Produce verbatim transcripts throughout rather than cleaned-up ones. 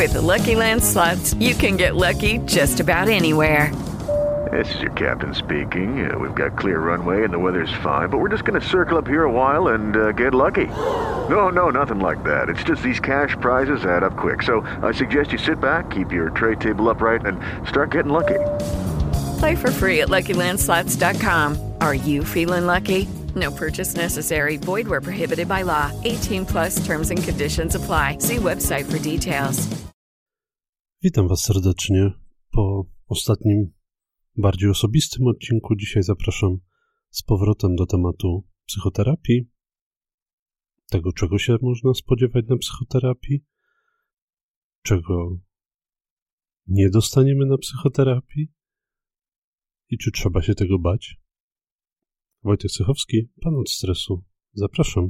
With Lucky Land Slots, you can get lucky just about anywhere. This is your captain speaking. Uh, we've got clear runway and the weather's fine, but we're just going to circle up here a while and uh, get lucky. No, no, nothing like that. It's just these cash prizes add up quick. So I suggest you sit back, keep your tray table upright, and start getting lucky. Play for free at Lucky Land Slots dot com. Are you feeling lucky? No purchase necessary. Void where prohibited by law. eighteen plus terms and conditions apply. See website for details. Witam Was serdecznie. Po ostatnim, bardziej osobistym odcinku dzisiaj zapraszam z powrotem do tematu psychoterapii, tego, czego się można spodziewać na psychoterapii, czego nie dostaniemy na psychoterapii i czy trzeba się tego bać. Wojtek Cychowski, Pan od stresu. Zapraszam.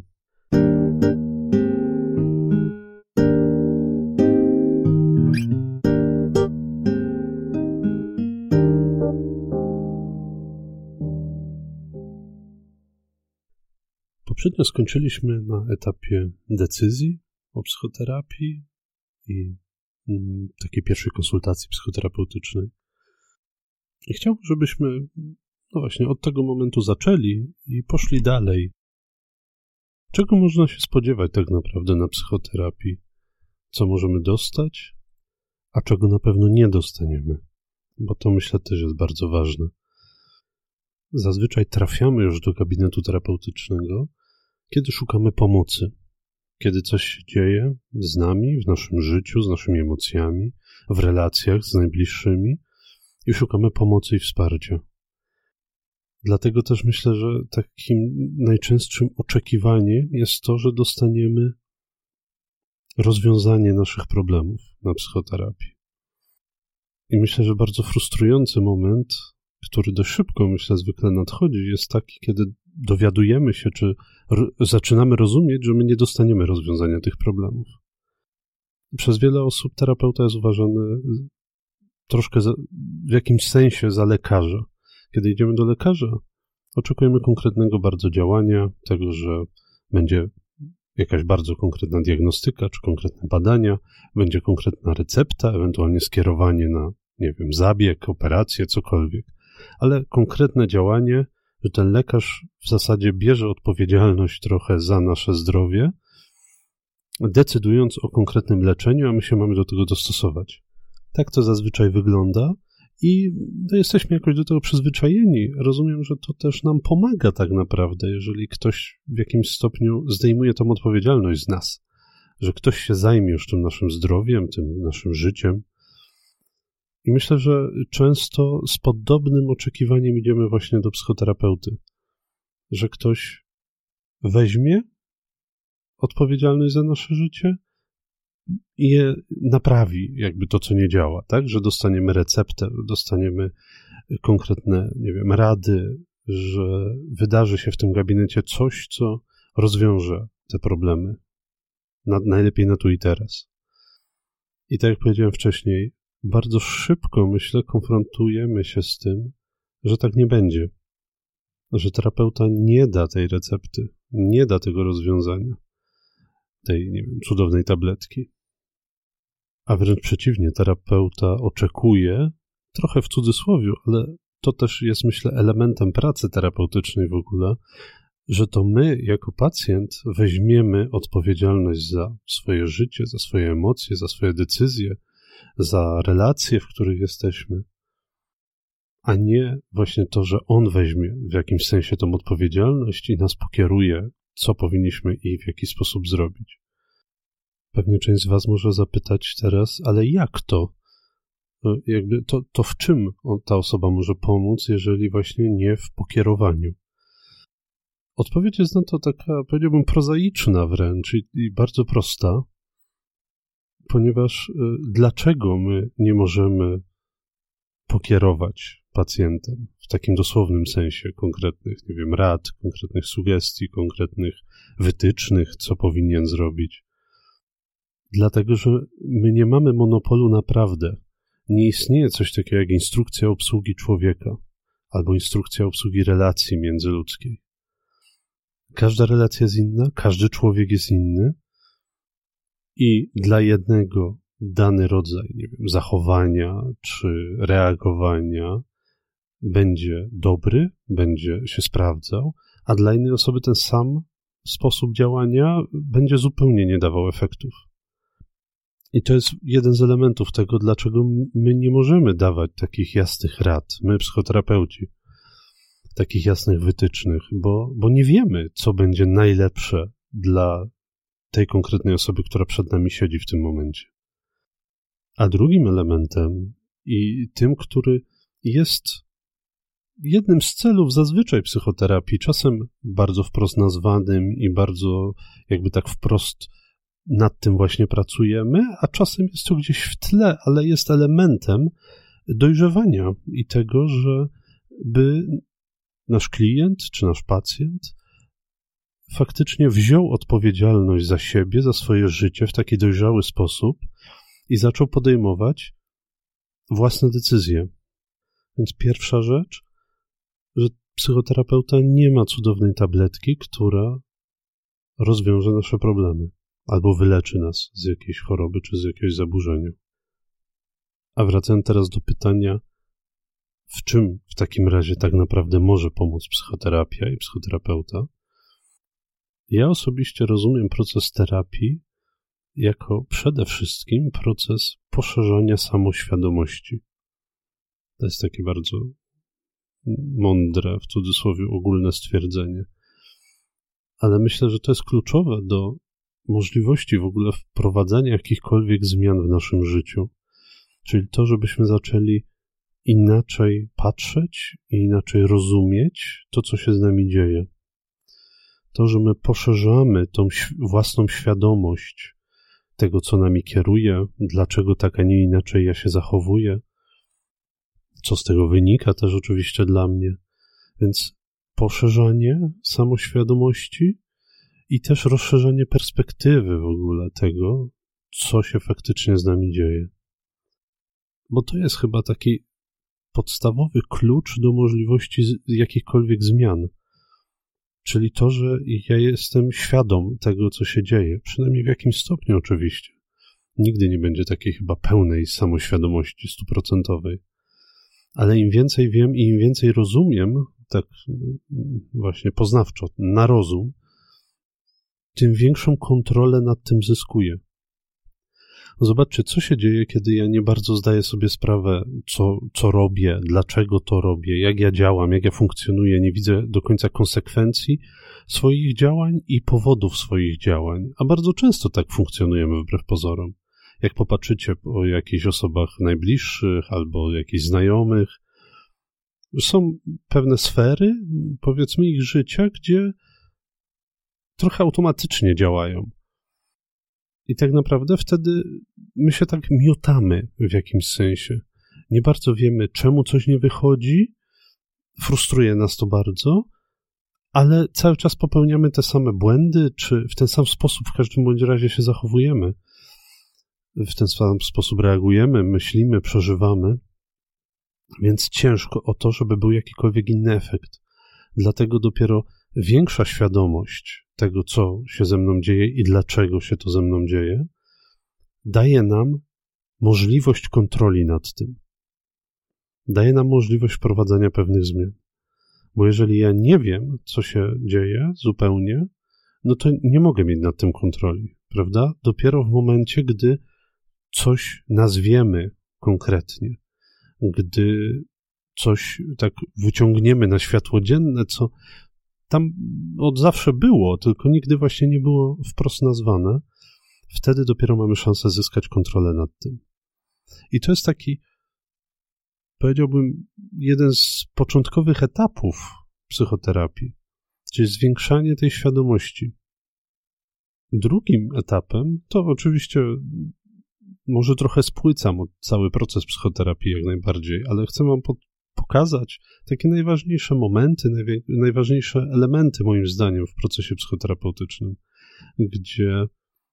Poprzednio skończyliśmy na etapie decyzji o psychoterapii i mm, takiej pierwszej konsultacji psychoterapeutycznej. I chciałbym, żebyśmy no właśnie od tego momentu zaczęli i poszli dalej. Czego można się spodziewać tak naprawdę na psychoterapii? Co możemy dostać, a czego na pewno nie dostaniemy? Bo to, myślę, też jest bardzo ważne. Zazwyczaj trafiamy już do gabinetu terapeutycznego, kiedy szukamy pomocy, kiedy coś się dzieje z nami, w naszym życiu, z naszymi emocjami, w relacjach z najbliższymi i szukamy pomocy i wsparcia. Dlatego też myślę, że takim najczęstszym oczekiwaniem jest to, że dostaniemy rozwiązanie naszych problemów na psychoterapii. I myślę, że bardzo frustrujący moment, który dość szybko, myślę, zwykle nadchodzi, jest taki, kiedy dowiadujemy się, czy r- zaczynamy rozumieć, że my nie dostaniemy rozwiązania tych problemów. Przez wiele osób terapeuta jest uważany troszkę za, w jakimś sensie za lekarza. Kiedy idziemy do lekarza, oczekujemy konkretnego bardzo działania, tego, że będzie jakaś bardzo konkretna diagnostyka czy konkretne badania, będzie konkretna recepta, ewentualnie skierowanie na, nie wiem, zabieg, operację, cokolwiek. Ale konkretne działanie, że ten lekarz w zasadzie bierze odpowiedzialność trochę za nasze zdrowie, decydując o konkretnym leczeniu, a my się mamy do tego dostosować. Tak to zazwyczaj wygląda i no, jesteśmy jakoś do tego przyzwyczajeni. Rozumiem, że to też nam pomaga tak naprawdę, jeżeli ktoś w jakimś stopniu zdejmuje tą odpowiedzialność z nas, że ktoś się zajmie już tym naszym zdrowiem, tym naszym życiem. I myślę, że często z podobnym oczekiwaniem idziemy właśnie do psychoterapeuty, że ktoś weźmie odpowiedzialność za nasze życie i je naprawi, jakby to, co nie działa, tak? Że dostaniemy receptę, dostaniemy konkretne, nie wiem, rady, że wydarzy się w tym gabinecie coś, co rozwiąże te problemy. Na, najlepiej na tu i teraz. I tak jak powiedziałem wcześniej, bardzo szybko, myślę, konfrontujemy się z tym, że tak nie będzie. Że terapeuta nie da tej recepty, nie da tego rozwiązania, tej, nie wiem, cudownej tabletki. A wręcz przeciwnie, terapeuta oczekuje, trochę w cudzysłowiu, ale to też jest, myślę, elementem pracy terapeutycznej w ogóle, że to my, jako pacjent, weźmiemy odpowiedzialność za swoje życie, za swoje emocje, za swoje decyzje, za relacje, w których jesteśmy, a nie właśnie to, że on weźmie w jakimś sensie tą odpowiedzialność i nas pokieruje, co powinniśmy i w jaki sposób zrobić. Pewnie część z Was może zapytać teraz, ale jak to? Jakby to, to w czym ta osoba może pomóc, jeżeli właśnie nie w pokierowaniu? Odpowiedź jest na to taka, powiedziałbym, prozaiczna wręcz i, i bardzo prosta, ponieważ y, dlaczego my nie możemy pokierować pacjentem w takim dosłownym sensie konkretnych, nie wiem, rad, konkretnych sugestii, konkretnych wytycznych, co powinien zrobić? Dlatego, że my nie mamy monopolu na prawdę. Nie istnieje coś takiego jak instrukcja obsługi człowieka albo instrukcja obsługi relacji międzyludzkiej. Każda relacja jest inna, każdy człowiek jest inny i dla jednego dany rodzaj, nie wiem, zachowania czy reagowania będzie dobry, będzie się sprawdzał, a dla innej osoby ten sam sposób działania będzie zupełnie nie dawał efektów. I to jest jeden z elementów tego, dlaczego my nie możemy dawać takich jasnych rad, my psychoterapeuci, takich jasnych wytycznych, bo, bo nie wiemy, co będzie najlepsze dla tej konkretnej osoby, która przed nami siedzi w tym momencie. A drugim elementem i tym, który jest jednym z celów zazwyczaj psychoterapii, czasem bardzo wprost nazwanym i bardzo jakby tak wprost nad tym właśnie pracujemy, a czasem jest to gdzieś w tle, ale jest elementem dojrzewania i tego, żeby nasz klient czy nasz pacjent faktycznie wziął odpowiedzialność za siebie, za swoje życie w taki dojrzały sposób i zaczął podejmować własne decyzje. Więc pierwsza rzecz, że psychoterapeuta nie ma cudownej tabletki, która rozwiąże nasze problemy albo wyleczy nas z jakiejś choroby czy z jakiegoś zaburzenia. A wracając teraz do pytania, w czym w takim razie tak naprawdę może pomóc psychoterapia i psychoterapeuta? Ja osobiście rozumiem proces terapii jako przede wszystkim proces poszerzania samoświadomości. To jest takie bardzo mądre, w cudzysłowie ogólne stwierdzenie. Ale myślę, że to jest kluczowe do możliwości w ogóle wprowadzania jakichkolwiek zmian w naszym życiu. Czyli to, żebyśmy zaczęli inaczej patrzeć i inaczej rozumieć to, co się z nami dzieje. To, że my poszerzamy tą własną świadomość tego, co nami kieruje, dlaczego tak, a nie inaczej ja się zachowuję, co z tego wynika też oczywiście dla mnie. Więc poszerzanie samoświadomości i też rozszerzenie perspektywy w ogóle tego, co się faktycznie z nami dzieje. Bo to jest chyba taki podstawowy klucz do możliwości jakichkolwiek zmian. Czyli to, że ja jestem świadom tego, co się dzieje, przynajmniej w jakimś stopniu oczywiście. Nigdy nie będzie takiej chyba pełnej samoświadomości stuprocentowej. Ale im więcej wiem i im więcej rozumiem, tak właśnie poznawczo, na rozum, tym większą kontrolę nad tym zyskuję. Zobaczcie, co się dzieje, kiedy ja nie bardzo zdaję sobie sprawę, co, co robię, dlaczego to robię, jak ja działam, jak ja funkcjonuję, nie widzę do końca konsekwencji swoich działań i powodów swoich działań. A bardzo często tak funkcjonujemy wbrew pozorom. Jak popatrzycie o jakichś osobach najbliższych albo jakichś znajomych, są pewne sfery, powiedzmy, ich życia, gdzie trochę automatycznie działają. I tak naprawdę wtedy my się tak miotamy w jakimś sensie. Nie bardzo wiemy, czemu coś nie wychodzi, frustruje nas to bardzo, ale cały czas popełniamy te same błędy, czy w ten sam sposób w każdym bądź razie się zachowujemy. W ten sam sposób reagujemy, myślimy, przeżywamy, więc ciężko o to, żeby był jakikolwiek inny efekt. Dlatego dopiero większa świadomość tego, co się ze mną dzieje i dlaczego się to ze mną dzieje, daje nam możliwość kontroli nad tym. Daje nam możliwość wprowadzania pewnych zmian. Bo jeżeli ja nie wiem, co się dzieje zupełnie, no to nie mogę mieć nad tym kontroli, prawda? Dopiero w momencie, gdy coś nazwiemy konkretnie, gdy coś tak wyciągniemy na światło dzienne, co tam od zawsze było, tylko nigdy właśnie nie było wprost nazwane, wtedy dopiero mamy szansę zyskać kontrolę nad tym. I to jest taki, powiedziałbym, jeden z początkowych etapów psychoterapii, czyli zwiększanie tej świadomości. Drugim etapem, to oczywiście może trochę spłycam od cały proces psychoterapii jak najbardziej, ale chcę wam pod, pokazać takie najważniejsze momenty, najwie, najważniejsze elementy moim zdaniem w procesie psychoterapeutycznym, gdzie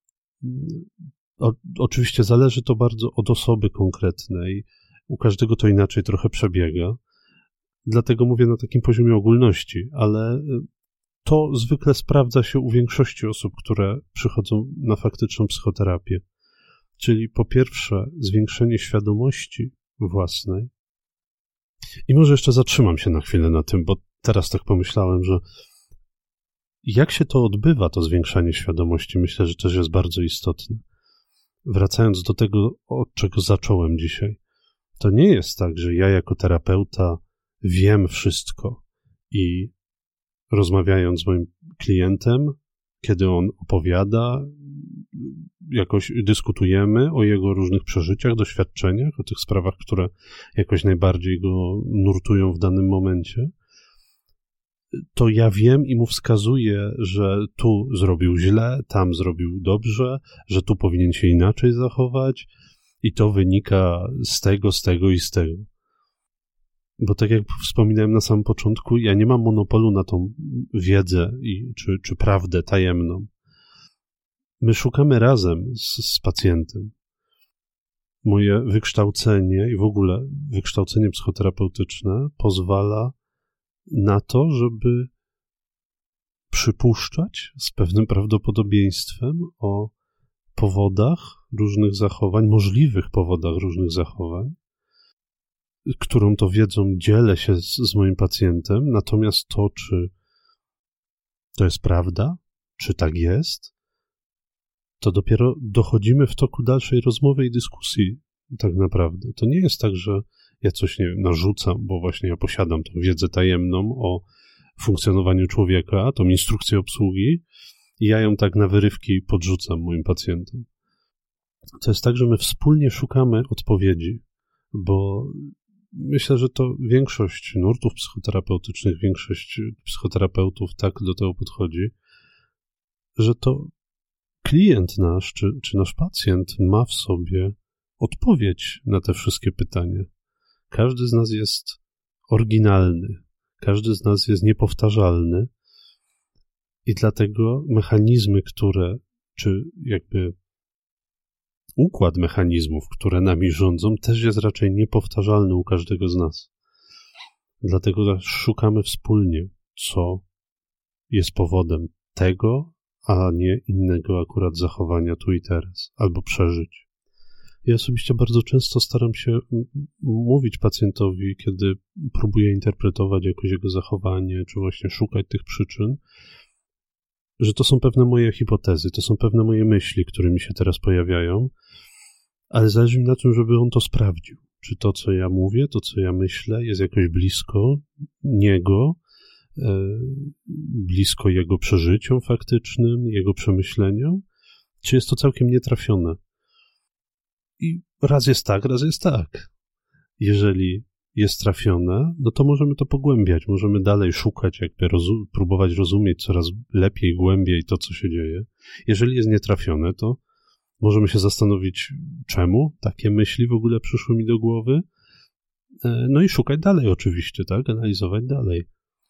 o, oczywiście zależy to bardzo od osoby konkretnej, u każdego to inaczej trochę przebiega, dlatego mówię na takim poziomie ogólności, ale to zwykle sprawdza się u większości osób, które przychodzą na faktyczną psychoterapię. Czyli po pierwsze zwiększenie świadomości własnej. I może jeszcze zatrzymam się na chwilę na tym, bo teraz tak pomyślałem, że jak się to odbywa, to zwiększanie świadomości, myślę, że też jest bardzo istotne. Wracając do tego, od czego zacząłem dzisiaj, to nie jest tak, że ja jako terapeuta wiem wszystko i rozmawiając z moim klientem, kiedy on opowiada, jakoś dyskutujemy o jego różnych przeżyciach, doświadczeniach, o tych sprawach, które jakoś najbardziej go nurtują w danym momencie, to ja wiem i mu wskazuję, że tu zrobił źle, tam zrobił dobrze, że tu powinien się inaczej zachować i to wynika z tego, z tego i z tego. Bo tak jak wspominałem na samym początku, ja nie mam monopolu na tą wiedzę i, czy, czy prawdę tajemną. My szukamy razem z, z pacjentem. Moje wykształcenie i w ogóle wykształcenie psychoterapeutyczne pozwala na to, żeby przypuszczać z pewnym prawdopodobieństwem o powodach różnych zachowań, możliwych powodach różnych zachowań, którą to wiedzą dzielę się z, z moim pacjentem, natomiast to, czy to jest prawda, czy tak jest, to dopiero dochodzimy w toku dalszej rozmowy i dyskusji tak naprawdę. To nie jest tak, że ja coś, nie wiem, narzucam, bo właśnie ja posiadam tą wiedzę tajemną o funkcjonowaniu człowieka, tą instrukcję obsługi i ja ją tak na wyrywki podrzucam moim pacjentom. To jest tak, że my wspólnie szukamy odpowiedzi, bo myślę, że to większość nurtów psychoterapeutycznych, większość psychoterapeutów tak do tego podchodzi, że to klient nasz, czy, czy nasz pacjent ma w sobie odpowiedź na te wszystkie pytania. Każdy z nas jest oryginalny, każdy z nas jest niepowtarzalny i dlatego mechanizmy, które, czy jakby układ mechanizmów, które nami rządzą, też jest raczej niepowtarzalny u każdego z nas. Dlatego szukamy wspólnie, co jest powodem tego, a nie innego akurat zachowania tu i teraz, albo przeżyć. Ja osobiście bardzo często staram się mówić pacjentowi, kiedy próbuję interpretować jakoś jego zachowanie, czy właśnie szukać tych przyczyn, że to są pewne moje hipotezy, to są pewne moje myśli, które mi się teraz pojawiają, ale zależy mi na tym, żeby on to sprawdził. Czy to, co ja mówię, to, co ja myślę, jest jakoś blisko niego, blisko jego przeżyciom faktycznym, jego przemyśleniom, czy jest to całkiem nietrafione. I raz jest tak, raz jest tak. Jeżeli jest trafione, no to możemy to pogłębiać, możemy dalej szukać, jakby rozu- próbować rozumieć coraz lepiej, głębiej to, co się dzieje. Jeżeli jest nietrafione, to możemy się zastanowić, czemu takie myśli w ogóle przyszły mi do głowy, no i szukać dalej oczywiście, tak, analizować dalej.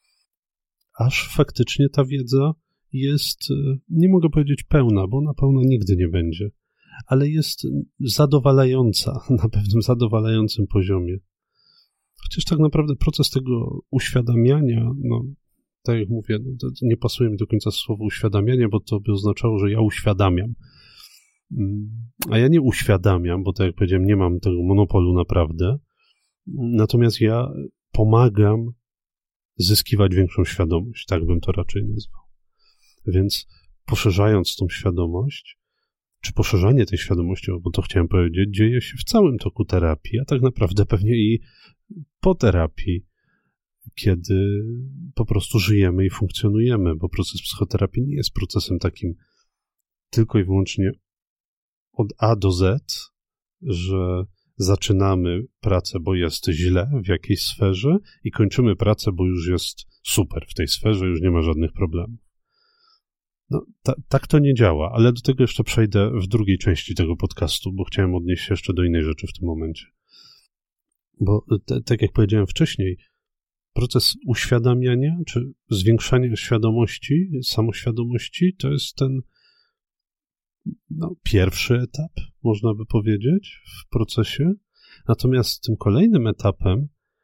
Aż faktycznie ta wiedza jest, nie mogę powiedzieć pełna, bo ona pełna nigdy nie będzie, ale jest zadowalająca, na pewnym zadowalającym poziomie. Chociaż tak naprawdę proces tego uświadamiania, no tak jak mówię, no, to nie pasuje mi do końca słowo uświadamianie, bo to by oznaczało, że ja uświadamiam. A ja nie uświadamiam, bo tak jak powiedziałem, nie mam tego monopolu naprawdę. Natomiast ja pomagam zyskiwać większą świadomość, tak bym to raczej nazwał. Więc poszerzając tą świadomość, czy poszerzanie tej świadomości, bo to chciałem powiedzieć, dzieje się w całym toku terapii, a tak naprawdę pewnie i po terapii, kiedy po prostu żyjemy i funkcjonujemy, bo proces psychoterapii nie jest procesem takim tylko i wyłącznie od A do Z, że zaczynamy pracę, bo jest źle w jakiejś sferze i kończymy pracę, bo już jest super w tej sferze, już nie ma żadnych problemów. No, ta, tak to nie działa, ale do tego jeszcze przejdę w drugiej części tego podcastu, bo chciałem odnieść się jeszcze do innej rzeczy w tym momencie. Bo te, tak jak powiedziałem wcześniej, proces uświadamiania, czy zwiększania świadomości, samoświadomości, to jest ten no, pierwszy etap, można by powiedzieć, w procesie. Natomiast tym kolejnym etapem,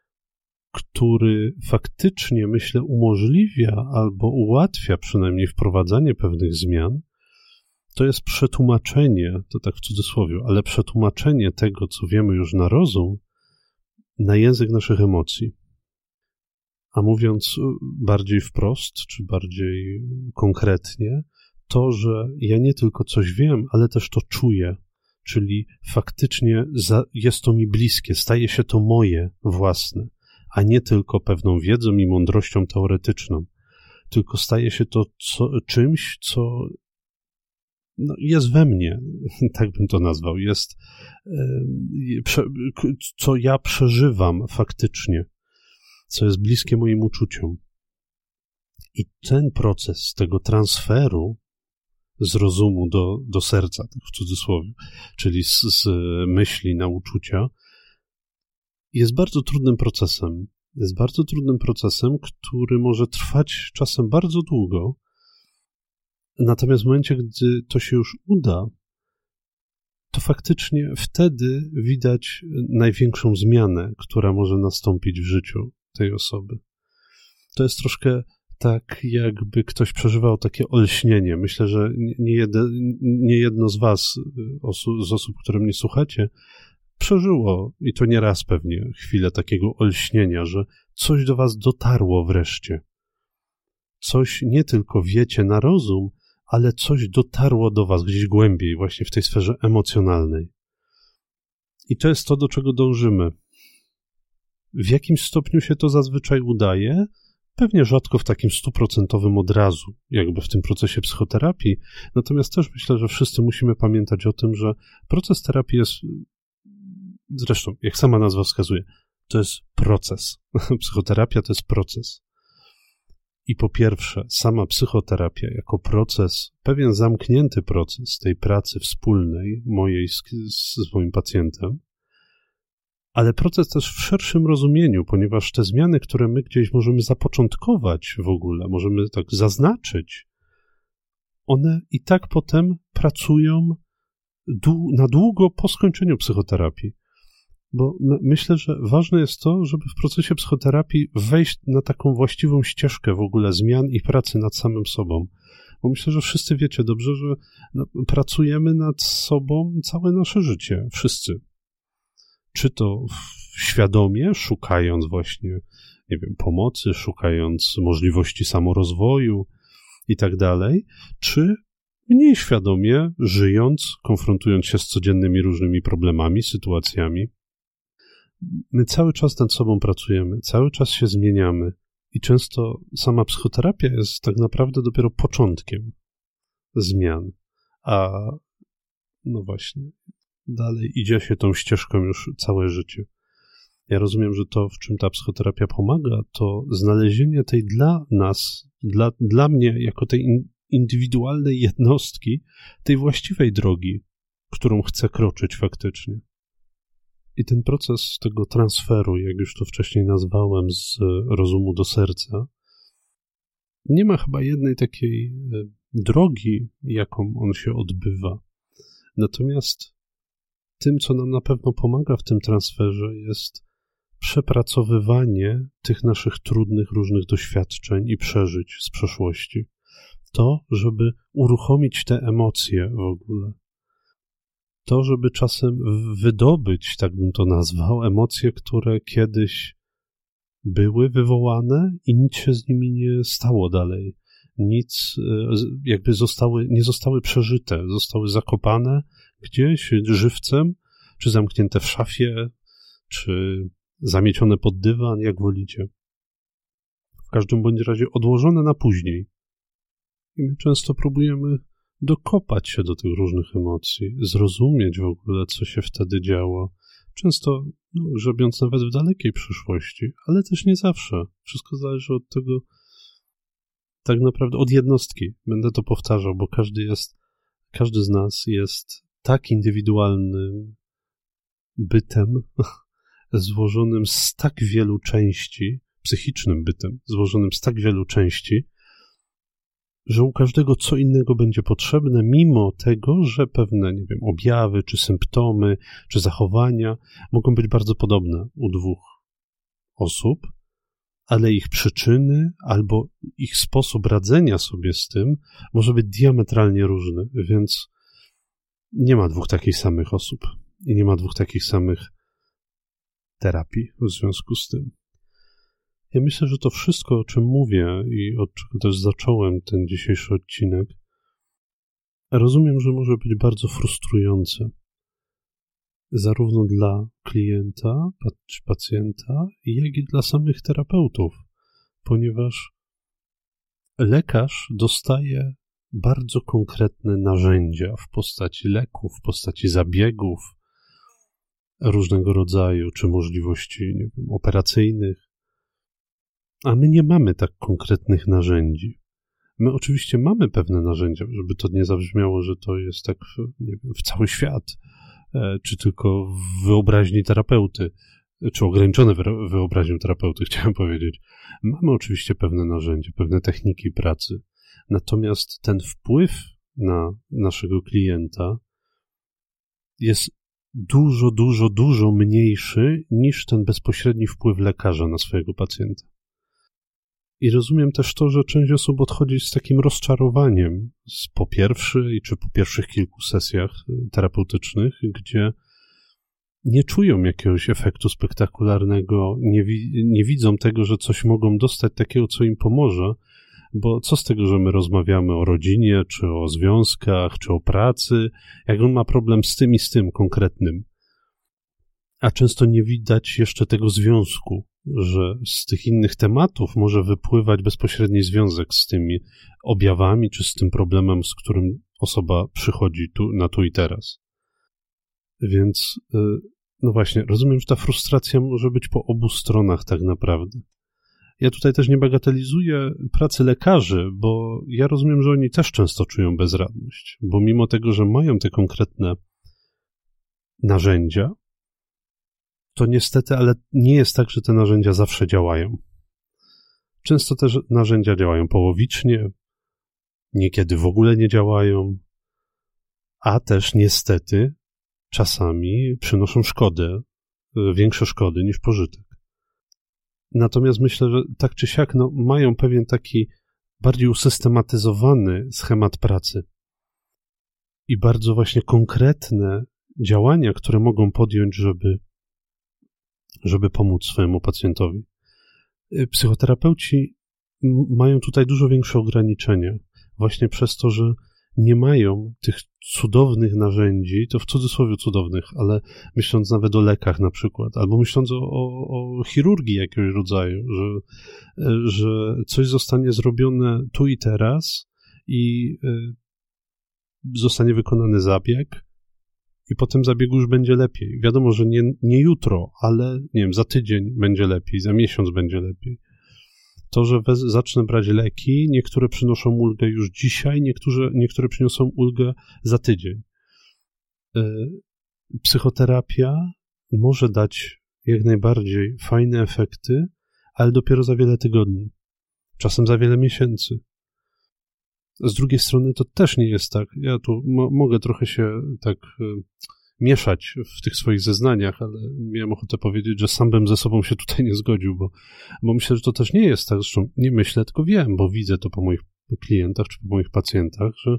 który faktycznie, myślę, umożliwia albo ułatwia przynajmniej wprowadzanie pewnych zmian, to jest przetłumaczenie, to tak w cudzysłowie, ale przetłumaczenie tego, co wiemy już na rozum, na język naszych emocji. A mówiąc bardziej wprost, czy bardziej konkretnie, to, że ja nie tylko coś wiem, ale też to czuję, czyli faktycznie za, jest to mi bliskie, staje się to moje własne, a nie tylko pewną wiedzą i mądrością teoretyczną, tylko staje się to co, czymś, co no, jest we mnie, tak bym to nazwał, jest, co ja przeżywam faktycznie, co jest bliskie moim uczuciom. I ten proces tego transferu z rozumu do, do serca, tak w cudzysłowie, czyli z, z myśli na uczucia, jest bardzo trudnym procesem. Jest bardzo trudnym procesem, który może trwać czasem bardzo długo. Natomiast w momencie, gdy to się już uda, to faktycznie wtedy widać największą zmianę, która może nastąpić w życiu tej osoby. To jest troszkę tak, jakby ktoś przeżywał takie olśnienie. Myślę, że nie, jedno, nie jedno z was, osu, z osób, które mnie słuchacie, przeżyło, i to nie raz pewnie, chwilę takiego olśnienia, że coś do was dotarło wreszcie. Coś nie tylko wiecie na rozum, ale coś dotarło do was gdzieś głębiej, właśnie w tej sferze emocjonalnej. I to jest to, do czego dążymy. W jakimś stopniu się to zazwyczaj udaje, pewnie rzadko w takim stuprocentowym od razu, jakby w tym procesie psychoterapii, natomiast też myślę, że wszyscy musimy pamiętać o tym, że proces terapii jest, zresztą, jak sama nazwa wskazuje, to jest proces. Psychoterapia to jest proces. I po pierwsze, sama psychoterapia jako proces, pewien zamknięty proces tej pracy wspólnej mojej z, z moim pacjentem, ale proces też w szerszym rozumieniu, ponieważ te zmiany, które my gdzieś możemy zapoczątkować w ogóle, możemy tak zaznaczyć, one i tak potem pracują dłu- na długo po skończeniu psychoterapii. Bo my, myślę, że ważne jest to, żeby w procesie psychoterapii wejść na taką właściwą ścieżkę w ogóle zmian i pracy nad samym sobą. Bo myślę, że wszyscy wiecie dobrze, że no, pracujemy nad sobą całe nasze życie. Wszyscy. Czy to świadomie, szukając właśnie, nie wiem, pomocy, szukając możliwości samorozwoju i tak dalej, czy mniej świadomie, żyjąc, konfrontując się z codziennymi różnymi problemami, sytuacjami. My cały czas nad sobą pracujemy, cały czas się zmieniamy i często sama psychoterapia jest tak naprawdę dopiero początkiem zmian, a no właśnie, dalej idzie się tą ścieżką już całe życie. Ja rozumiem, że to, w czym ta psychoterapia pomaga, to znalezienie tej dla nas, dla, dla mnie, jako tej in, indywidualnej jednostki, tej właściwej drogi, którą chcę kroczyć faktycznie. I ten proces tego transferu, jak już to wcześniej nazwałem, z rozumu do serca, nie ma chyba jednej takiej drogi, jaką on się odbywa. Natomiast tym, co nam na pewno pomaga w tym transferze, jest przepracowywanie tych naszych trudnych, różnych doświadczeń i przeżyć z przeszłości. To, żeby uruchomić te emocje w ogóle. To, żeby czasem wydobyć, tak bym to nazwał, emocje, które kiedyś były wywołane i nic się z nimi nie stało dalej. Nic jakby zostały, nie zostały przeżyte, zostały zakopane gdzieś żywcem, czy zamknięte w szafie, czy zamiecione pod dywan, jak wolicie. W każdym bądź razie odłożone na później. I my często próbujemy dokopać się do tych różnych emocji, zrozumieć w ogóle, co się wtedy działo. Często no, grzebiąc nawet w dalekiej przyszłości, ale też nie zawsze. Wszystko zależy od tego, tak naprawdę od jednostki. Będę to powtarzał, bo każdy jest, każdy z nas jest tak indywidualnym bytem, złożonym z tak wielu części, psychicznym bytem, złożonym z tak wielu części, że u każdego co innego będzie potrzebne, mimo tego, że pewne, nie wiem, objawy, czy symptomy, czy zachowania mogą być bardzo podobne u dwóch osób, ale ich przyczyny albo ich sposób radzenia sobie z tym może być diametralnie różny, więc nie ma dwóch takich samych osób i nie ma dwóch takich samych terapii w związku z tym. Ja myślę, że to wszystko, o czym mówię i od czego też zacząłem ten dzisiejszy odcinek, rozumiem, że może być bardzo frustrujące. Zarówno dla klienta czy pacjenta, jak i dla samych terapeutów, ponieważ lekarz dostaje bardzo konkretne narzędzia w postaci leków, w postaci zabiegów różnego rodzaju, czy możliwości, nie wiem, operacyjnych, a my nie mamy tak konkretnych narzędzi. My oczywiście mamy pewne narzędzia, żeby to nie zabrzmiało, że to jest tak, nie wiem, w cały świat, czy tylko w wyobraźni terapeuty, czy ograniczone wyobraźnią terapeuty, chciałem powiedzieć. Mamy oczywiście pewne narzędzia, pewne techniki pracy, natomiast ten wpływ na naszego klienta jest dużo, dużo, dużo mniejszy niż ten bezpośredni wpływ lekarza na swojego pacjenta. I rozumiem też to, że część osób odchodzi z takim rozczarowaniem z po pierwszej czy po pierwszych kilku sesjach terapeutycznych, gdzie nie czują jakiegoś efektu spektakularnego, nie, wi- nie widzą tego, że coś mogą dostać takiego, co im pomoże, bo co z tego, że my rozmawiamy o rodzinie, czy o związkach, czy o pracy, jak on ma problem z tym i z tym konkretnym. A często nie widać jeszcze tego związku, że z tych innych tematów może wypływać bezpośredni związek z tymi objawami, czy z tym problemem, z którym osoba przychodzi tu, na tu i teraz. Więc, no właśnie, rozumiem, że ta frustracja może być po obu stronach tak naprawdę. Ja tutaj też nie bagatelizuję pracy lekarzy, bo ja rozumiem, że oni też często czują bezradność, bo mimo tego, że mają te konkretne narzędzia, to niestety, ale nie jest tak, że te narzędzia zawsze działają. Często te narzędzia działają połowicznie, niekiedy w ogóle nie działają, a też niestety czasami przynoszą szkodę, większe szkody niż pożytek. Natomiast myślę, że tak czy siak no, mają pewien taki bardziej usystematyzowany schemat pracy i bardzo właśnie konkretne działania, które mogą podjąć, żeby żeby pomóc swojemu pacjentowi. Psychoterapeuci mają tutaj dużo większe ograniczenia, właśnie przez to, że nie mają tych cudownych narzędzi, to w cudzysłowie cudownych, ale myśląc nawet o lekach na przykład, albo myśląc o, o, o chirurgii jakiegoś rodzaju, że, że coś zostanie zrobione tu i teraz i zostanie wykonany zabieg, i po tym zabiegu już będzie lepiej. Wiadomo, że nie, nie jutro, ale nie wiem, za tydzień będzie lepiej, za miesiąc będzie lepiej. To, że wez, zacznę brać leki, niektóre przynoszą ulgę już dzisiaj, niektóre, niektóre przyniosą ulgę za tydzień. Yy, psychoterapia może dać jak najbardziej fajne efekty, ale dopiero za wiele tygodni, czasem za wiele miesięcy. Z drugiej strony to też nie jest tak. Ja tu mo- mogę trochę się tak y, mieszać w tych swoich zeznaniach, ale miałem ochotę powiedzieć, że sam bym ze sobą się tutaj nie zgodził, bo, bo myślę, że to też nie jest tak. Zresztą nie myślę, tylko wiem, bo widzę to po moich klientach czy po moich pacjentach, że,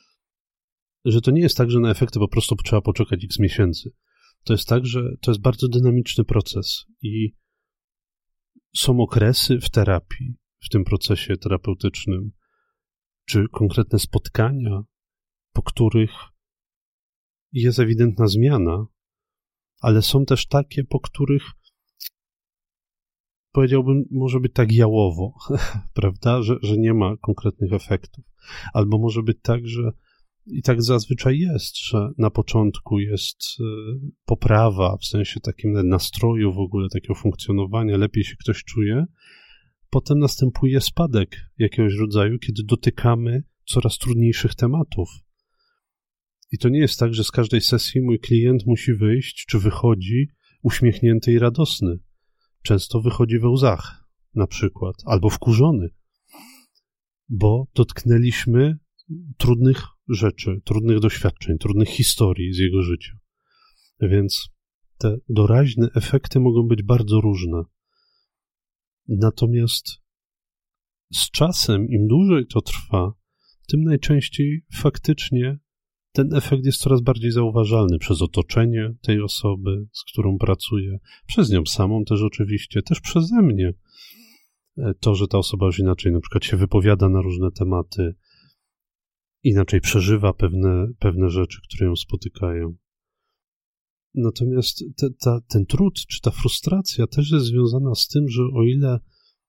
że to nie jest tak, że na efekty po prostu trzeba poczekać x miesięcy. To jest tak, że to jest bardzo dynamiczny proces i są okresy w terapii, w tym procesie terapeutycznym, czy konkretne spotkania, po których jest ewidentna zmiana, ale są też takie, po których powiedziałbym, może być tak jałowo, prawda, że, że nie ma konkretnych efektów. Albo może być tak, że i tak zazwyczaj jest, że na początku jest poprawa, w sensie takim nastroju w ogóle, takiego funkcjonowania, lepiej się ktoś czuje. Potem następuje spadek jakiegoś rodzaju, kiedy dotykamy coraz trudniejszych tematów. I to nie jest tak, że z każdej sesji mój klient musi wyjść, czy wychodzi uśmiechnięty i radosny. Często wychodzi we łzach, na przykład, albo wkurzony, bo dotknęliśmy trudnych rzeczy, trudnych doświadczeń, trudnych historii z jego życia. Więc te doraźne efekty mogą być bardzo różne. Natomiast z czasem, im dłużej to trwa, tym najczęściej faktycznie ten efekt jest coraz bardziej zauważalny przez otoczenie tej osoby, z którą pracuję, przez nią samą też oczywiście, też przeze mnie. To, że ta osoba już inaczej na przykład się wypowiada na różne tematy, inaczej przeżywa pewne, pewne rzeczy, które ją spotykają. Natomiast te, ta, ten trud, czy ta frustracja też jest związana z tym, że o ile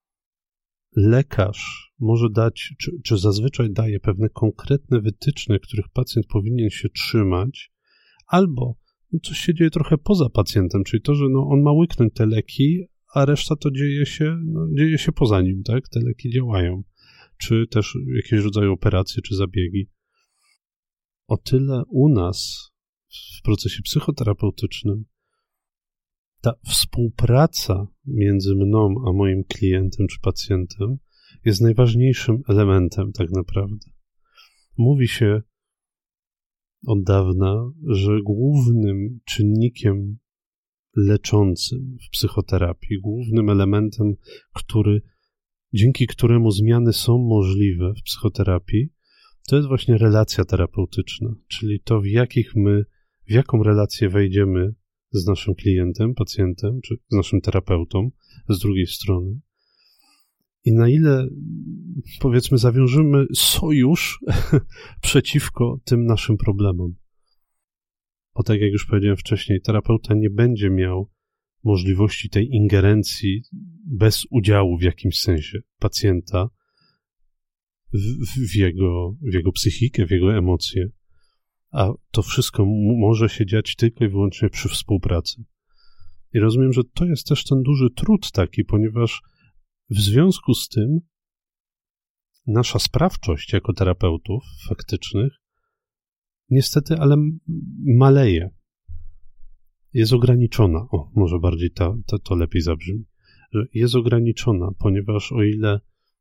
lekarz może dać, czy, czy zazwyczaj daje pewne konkretne wytyczne, których pacjent powinien się trzymać, albo no, coś się dzieje trochę poza pacjentem, czyli to, że no, on ma łyknąć te leki, a reszta to dzieje się, no, dzieje się poza nim, tak? Te leki działają. Czy też jakieś rodzaju operacje, czy zabiegi. O tyle u nas w procesie psychoterapeutycznym ta współpraca między mną a moim klientem czy pacjentem jest najważniejszym elementem tak naprawdę. Mówi się od dawna, że głównym czynnikiem leczącym w psychoterapii, głównym elementem, który, dzięki któremu zmiany są możliwe w psychoterapii, to jest właśnie relacja terapeutyczna, czyli to, w jakich my, w jaką relację wejdziemy z naszym klientem, pacjentem, czy z naszym terapeutą z drugiej strony i na ile, powiedzmy, zawiążemy sojusz przeciwko tym naszym problemom. Bo tak jak już powiedziałem wcześniej, terapeuta nie będzie miał możliwości tej ingerencji bez udziału w jakimś sensie pacjenta w, w, jego, w jego psychikę, w jego emocje. A to wszystko m- może się dziać tylko i wyłącznie przy współpracy. I rozumiem, że to jest też ten duży trud taki, ponieważ w związku z tym nasza sprawczość jako terapeutów faktycznych niestety, ale maleje. Jest ograniczona. O, może bardziej ta, ta, to lepiej zabrzmi. Że jest ograniczona, ponieważ o ile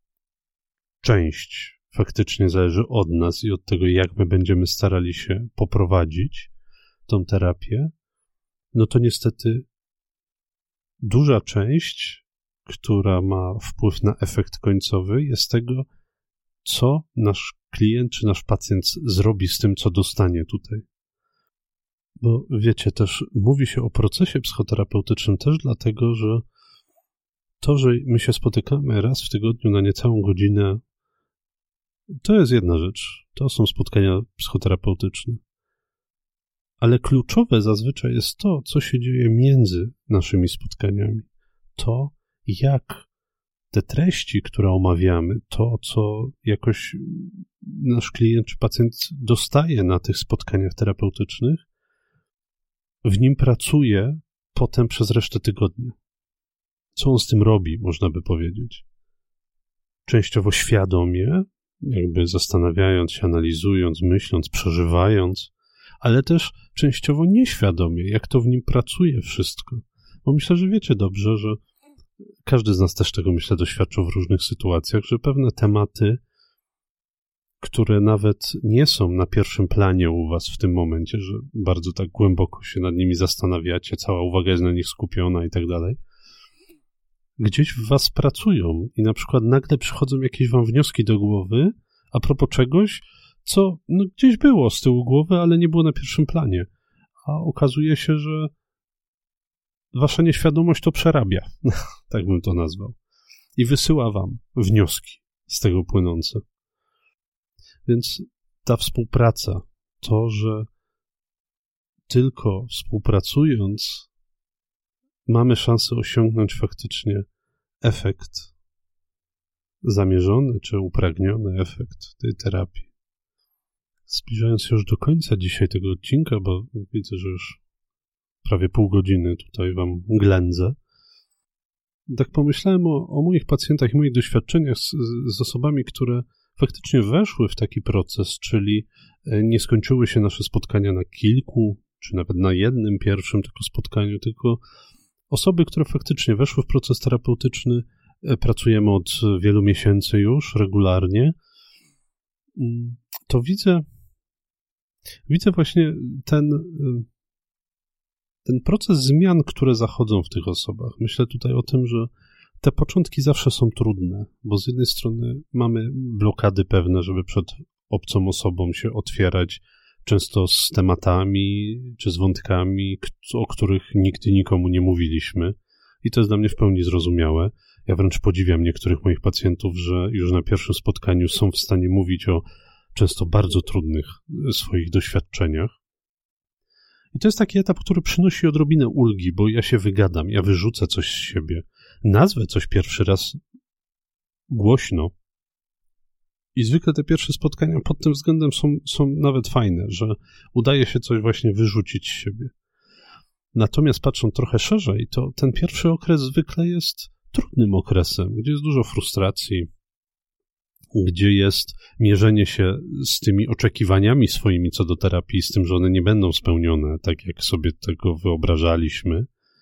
część faktycznie zależy od nas i od tego, jak my będziemy starali się poprowadzić tą terapię, no to niestety duża część, która ma wpływ na efekt końcowy, jest tego, co nasz klient czy nasz pacjent zrobi z tym, co dostanie tutaj. Bo wiecie, też mówi się o procesie psychoterapeutycznym też dlatego, że to, że my się spotykamy raz w tygodniu na niecałą godzinę, to jest jedna rzecz. To są spotkania psychoterapeutyczne. Ale kluczowe zazwyczaj jest to, co się dzieje między naszymi spotkaniami. To, jak te treści, które omawiamy, to, co jakoś nasz klient czy pacjent dostaje na tych spotkaniach terapeutycznych, w nim pracuje potem przez resztę tygodnia. Co on z tym robi, można by powiedzieć. Częściowo świadomie, jakby zastanawiając się, analizując, myśląc, przeżywając, ale też częściowo nieświadomie, jak to w nim pracuje wszystko. Bo myślę, że wiecie dobrze, że każdy z nas też tego, myślę, doświadczył w różnych sytuacjach, że pewne tematy, które nawet nie są na pierwszym planie u was w tym momencie, że bardzo tak głęboko się nad nimi zastanawiacie, cała uwaga jest na nich skupiona i tak dalej, gdzieś w was pracują i na przykład nagle przychodzą jakieś wam wnioski do głowy a propos czegoś, co no, gdzieś było z tyłu głowy, ale nie było na pierwszym planie. A okazuje się, że wasza nieświadomość to przerabia, tak bym to nazwał, i wysyła wam wnioski z tego płynące. Więc ta współpraca, to, że tylko współpracując mamy szansę osiągnąć faktycznie efekt zamierzony czy upragniony efekt tej terapii. Zbliżając się już do końca dzisiaj tego odcinka, bo widzę, że już prawie pół godziny tutaj wam ględzę, tak pomyślałem o, o moich pacjentach i moich doświadczeniach z, z osobami, które faktycznie weszły w taki proces, czyli nie skończyły się nasze spotkania na kilku, czy nawet na jednym pierwszym tylko spotkaniu, tylko osoby, które faktycznie weszły w proces terapeutyczny, pracujemy od wielu miesięcy już regularnie, to widzę, widzę właśnie ten, ten proces zmian, które zachodzą w tych osobach. Myślę tutaj o tym, że te początki zawsze są trudne, bo z jednej strony mamy blokady pewne, żeby przed obcą osobą się otwierać, często z tematami czy z wątkami, o których nigdy nikomu nie mówiliśmy. I to jest dla mnie w pełni zrozumiałe. Ja wręcz podziwiam niektórych moich pacjentów, że już na pierwszym spotkaniu są w stanie mówić o często bardzo trudnych swoich doświadczeniach. I to jest taki etap, który przynosi odrobinę ulgi, bo ja się wygadam, ja wyrzucę coś z siebie, nazwę coś pierwszy raz głośno. I zwykle te pierwsze spotkania pod tym względem są, są nawet fajne, że udaje się coś właśnie wyrzucić z siebie. Natomiast patrząc trochę szerzej, to ten pierwszy okres zwykle jest trudnym okresem, gdzie jest dużo frustracji, gdzie jest mierzenie się z tymi oczekiwaniami swoimi co do terapii, z tym, że one nie będą spełnione tak, jak sobie tego wyobrażaliśmy.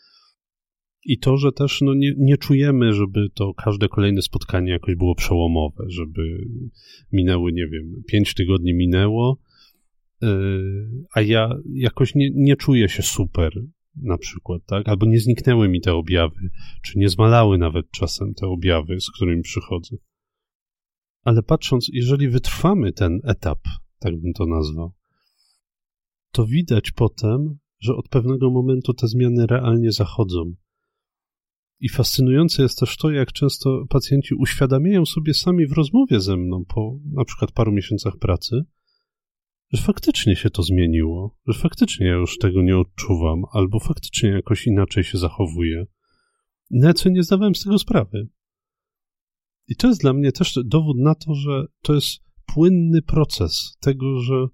I to, że też no, nie, nie czujemy, żeby to każde kolejne spotkanie jakoś było przełomowe, żeby minęły, nie wiem, pięć tygodni minęło, yy, a ja jakoś nie, nie czuję się super, na przykład, tak? Albo nie zniknęły mi te objawy, czy nie zmalały nawet czasem te objawy, z którymi przychodzę. Ale patrząc, jeżeli wytrwamy ten etap, tak bym to nazwał, to widać potem, że od pewnego momentu te zmiany realnie zachodzą. I fascynujące jest też to, jak często pacjenci uświadamiają sobie sami w rozmowie ze mną po na przykład paru miesiącach pracy, że faktycznie się to zmieniło, że faktycznie ja już tego nie odczuwam, albo faktycznie jakoś inaczej się zachowuję. Nawet sobie nie zdawałem z tego sprawy. I to jest dla mnie też dowód na to, że to jest płynny proces tego, że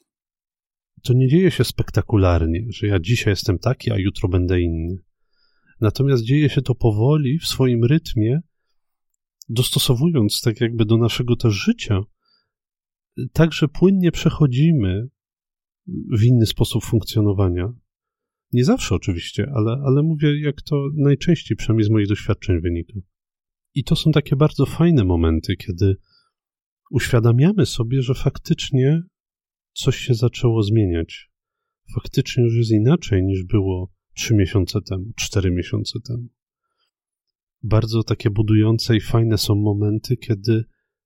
to nie dzieje się spektakularnie, że ja dzisiaj jestem taki, a jutro będę inny. Natomiast dzieje się to powoli, w swoim rytmie, dostosowując tak jakby do naszego też życia, tak, że płynnie przechodzimy w inny sposób funkcjonowania. Nie zawsze oczywiście, ale, ale mówię, jak to najczęściej, przynajmniej z moich doświadczeń wynika. I to są takie bardzo fajne momenty, kiedy uświadamiamy sobie, że faktycznie coś się zaczęło zmieniać. Faktycznie już jest inaczej niż było trzy miesiące temu, cztery miesiące temu. Bardzo takie budujące i fajne są momenty, kiedy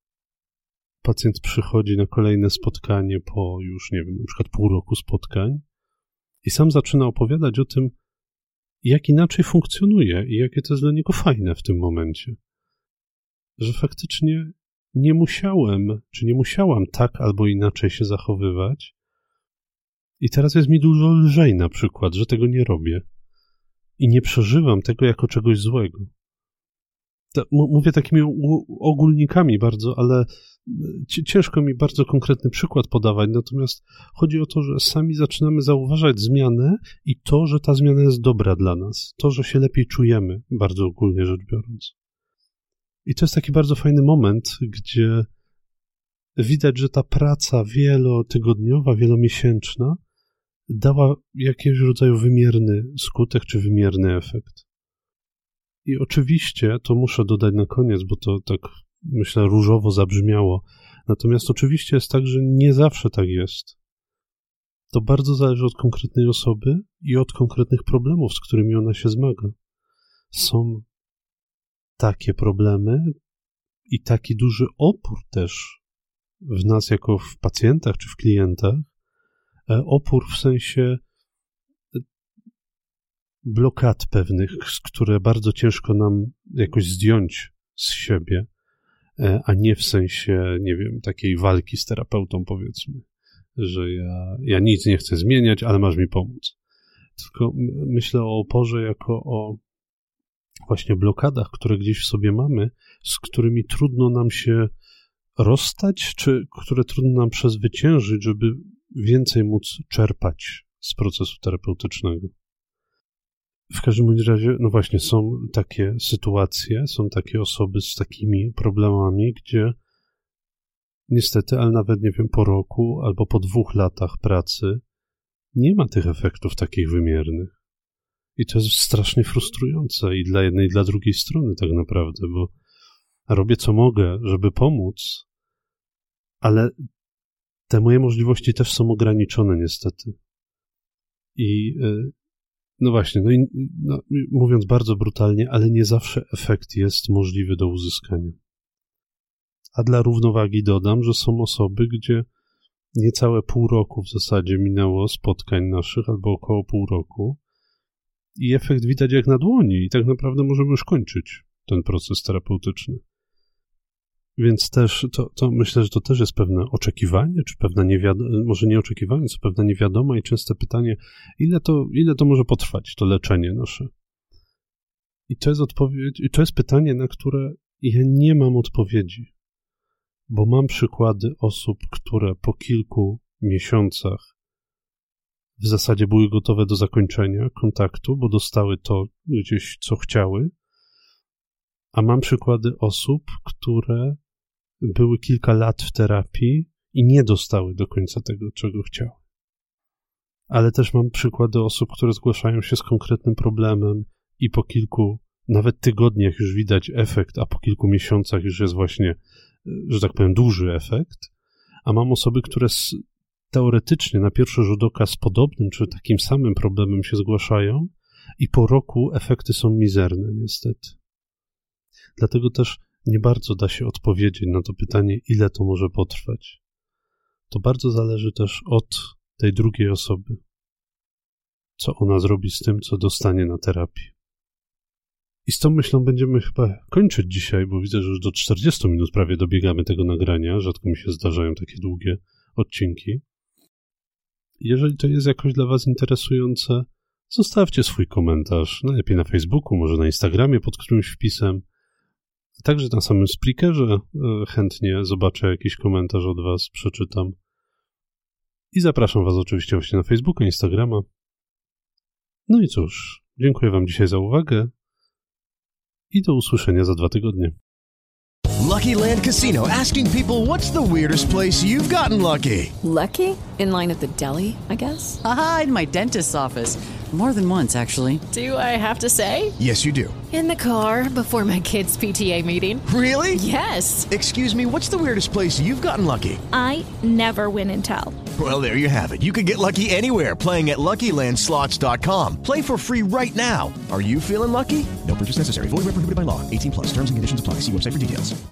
pacjent przychodzi na kolejne spotkanie po już, nie wiem, na przykład pół roku spotkań i sam zaczyna opowiadać o tym, jak inaczej funkcjonuje i jakie to jest dla niego fajne w tym momencie. Że faktycznie nie musiałem, czy nie musiałam tak albo inaczej się zachowywać i teraz jest mi dużo lżej na przykład, że tego nie robię i nie przeżywam tego jako czegoś złego. To, m- mówię takimi u- ogólnikami bardzo, ale c- ciężko mi bardzo konkretny przykład podawać, natomiast chodzi o to, że sami zaczynamy zauważać zmianę i to, że ta zmiana jest dobra dla nas, to, że się lepiej czujemy, bardzo ogólnie rzecz biorąc. I to jest taki bardzo fajny moment, gdzie widać, że ta praca wielotygodniowa, wielomiesięczna dała jakiegoś rodzaju wymierny skutek czy wymierny efekt. I oczywiście, to muszę dodać na koniec, bo to tak, myślę, różowo zabrzmiało, natomiast oczywiście jest tak, że nie zawsze tak jest. To bardzo zależy od konkretnej osoby i od konkretnych problemów, z którymi ona się zmaga. Są takie problemy i taki duży opór też w nas jako w pacjentach czy w klientach, opór w sensie blokad pewnych, które bardzo ciężko nam jakoś zdjąć z siebie, a nie w sensie, nie wiem, takiej walki z terapeutą, powiedzmy, że ja, ja nic nie chcę zmieniać, ale masz mi pomóc. Tylko myślę o oporze jako o właśnie blokadach, które gdzieś w sobie mamy, z którymi trudno nam się rozstać, czy które trudno nam przezwyciężyć, żeby więcej móc czerpać z procesu terapeutycznego. W każdym razie, no właśnie, są takie sytuacje, są takie osoby z takimi problemami, gdzie niestety, ale nawet, nie wiem, po roku albo po dwóch latach pracy nie ma tych efektów takich wymiernych. I to jest strasznie frustrujące i dla jednej, i dla drugiej strony tak naprawdę, bo robię co mogę, żeby pomóc, ale te moje możliwości też są ograniczone niestety. I No właśnie, no i no, mówiąc bardzo brutalnie, ale nie zawsze efekt jest możliwy do uzyskania. A dla równowagi dodam, że są osoby, gdzie niecałe pół roku w zasadzie minęło spotkań naszych, albo około pół roku i efekt widać jak na dłoni i tak naprawdę możemy już kończyć ten proces terapeutyczny. Więc też to, to myślę, że to też jest pewne oczekiwanie, czy pewne niewiadome, może nie oczekiwanie, co pewne niewiadome i częste pytanie, ile to, ile to może potrwać, to leczenie nasze. I to jest odpowiedź, i to jest pytanie, na które ja nie mam odpowiedzi, bo mam przykłady osób, które po kilku miesiącach w zasadzie były gotowe do zakończenia kontaktu, bo dostały to gdzieś, co chciały, a mam przykłady osób, które były kilka lat w terapii i nie dostały do końca tego, czego chciały. Ale też mam przykłady osób, które zgłaszają się z konkretnym problemem i po kilku, nawet tygodniach już widać efekt, a po kilku miesiącach już jest właśnie, że tak powiem, duży efekt. A mam osoby, które z, teoretycznie na pierwszy rzut oka z podobnym czy takim samym problemem się zgłaszają i po roku efekty są mizerne, niestety. Dlatego też nie bardzo da się odpowiedzieć na to pytanie, ile to może potrwać. To bardzo zależy też od tej drugiej osoby. Co ona zrobi z tym, co dostanie na terapii. I z tą myślą będziemy chyba kończyć dzisiaj, bo widzę, że już do czterdziestu minut prawie dobiegamy tego nagrania. Rzadko mi się zdarzają takie długie odcinki. Jeżeli to jest jakoś dla was interesujące, zostawcie swój komentarz, najlepiej na Facebooku, może na Instagramie pod którymś wpisem. Także na samym Spreakerze chętnie zobaczę jakiś komentarz od was, przeczytam. I zapraszam was oczywiście właśnie na Facebooka, Instagrama. No i cóż, dziękuję wam dzisiaj za uwagę i do usłyszenia za dwa tygodnie. Lucky Land Casino, asking people, what's the weirdest place you've gotten lucky? Lucky? In line at the deli, I guess? Aha, in my dentist's office. More than once, actually. Do I have to say? Yes, you do. In the car before my kids' P T A meeting. Really? Yes. Excuse me, what's the weirdest place you've gotten lucky? I never win and tell. Well, there you have it. You can get lucky anywhere, playing at Lucky Land Slots dot com. Play for free right now. Are you feeling lucky? No purchase necessary. Void where prohibited by law. eighteen plus. Terms and conditions apply. See website for details.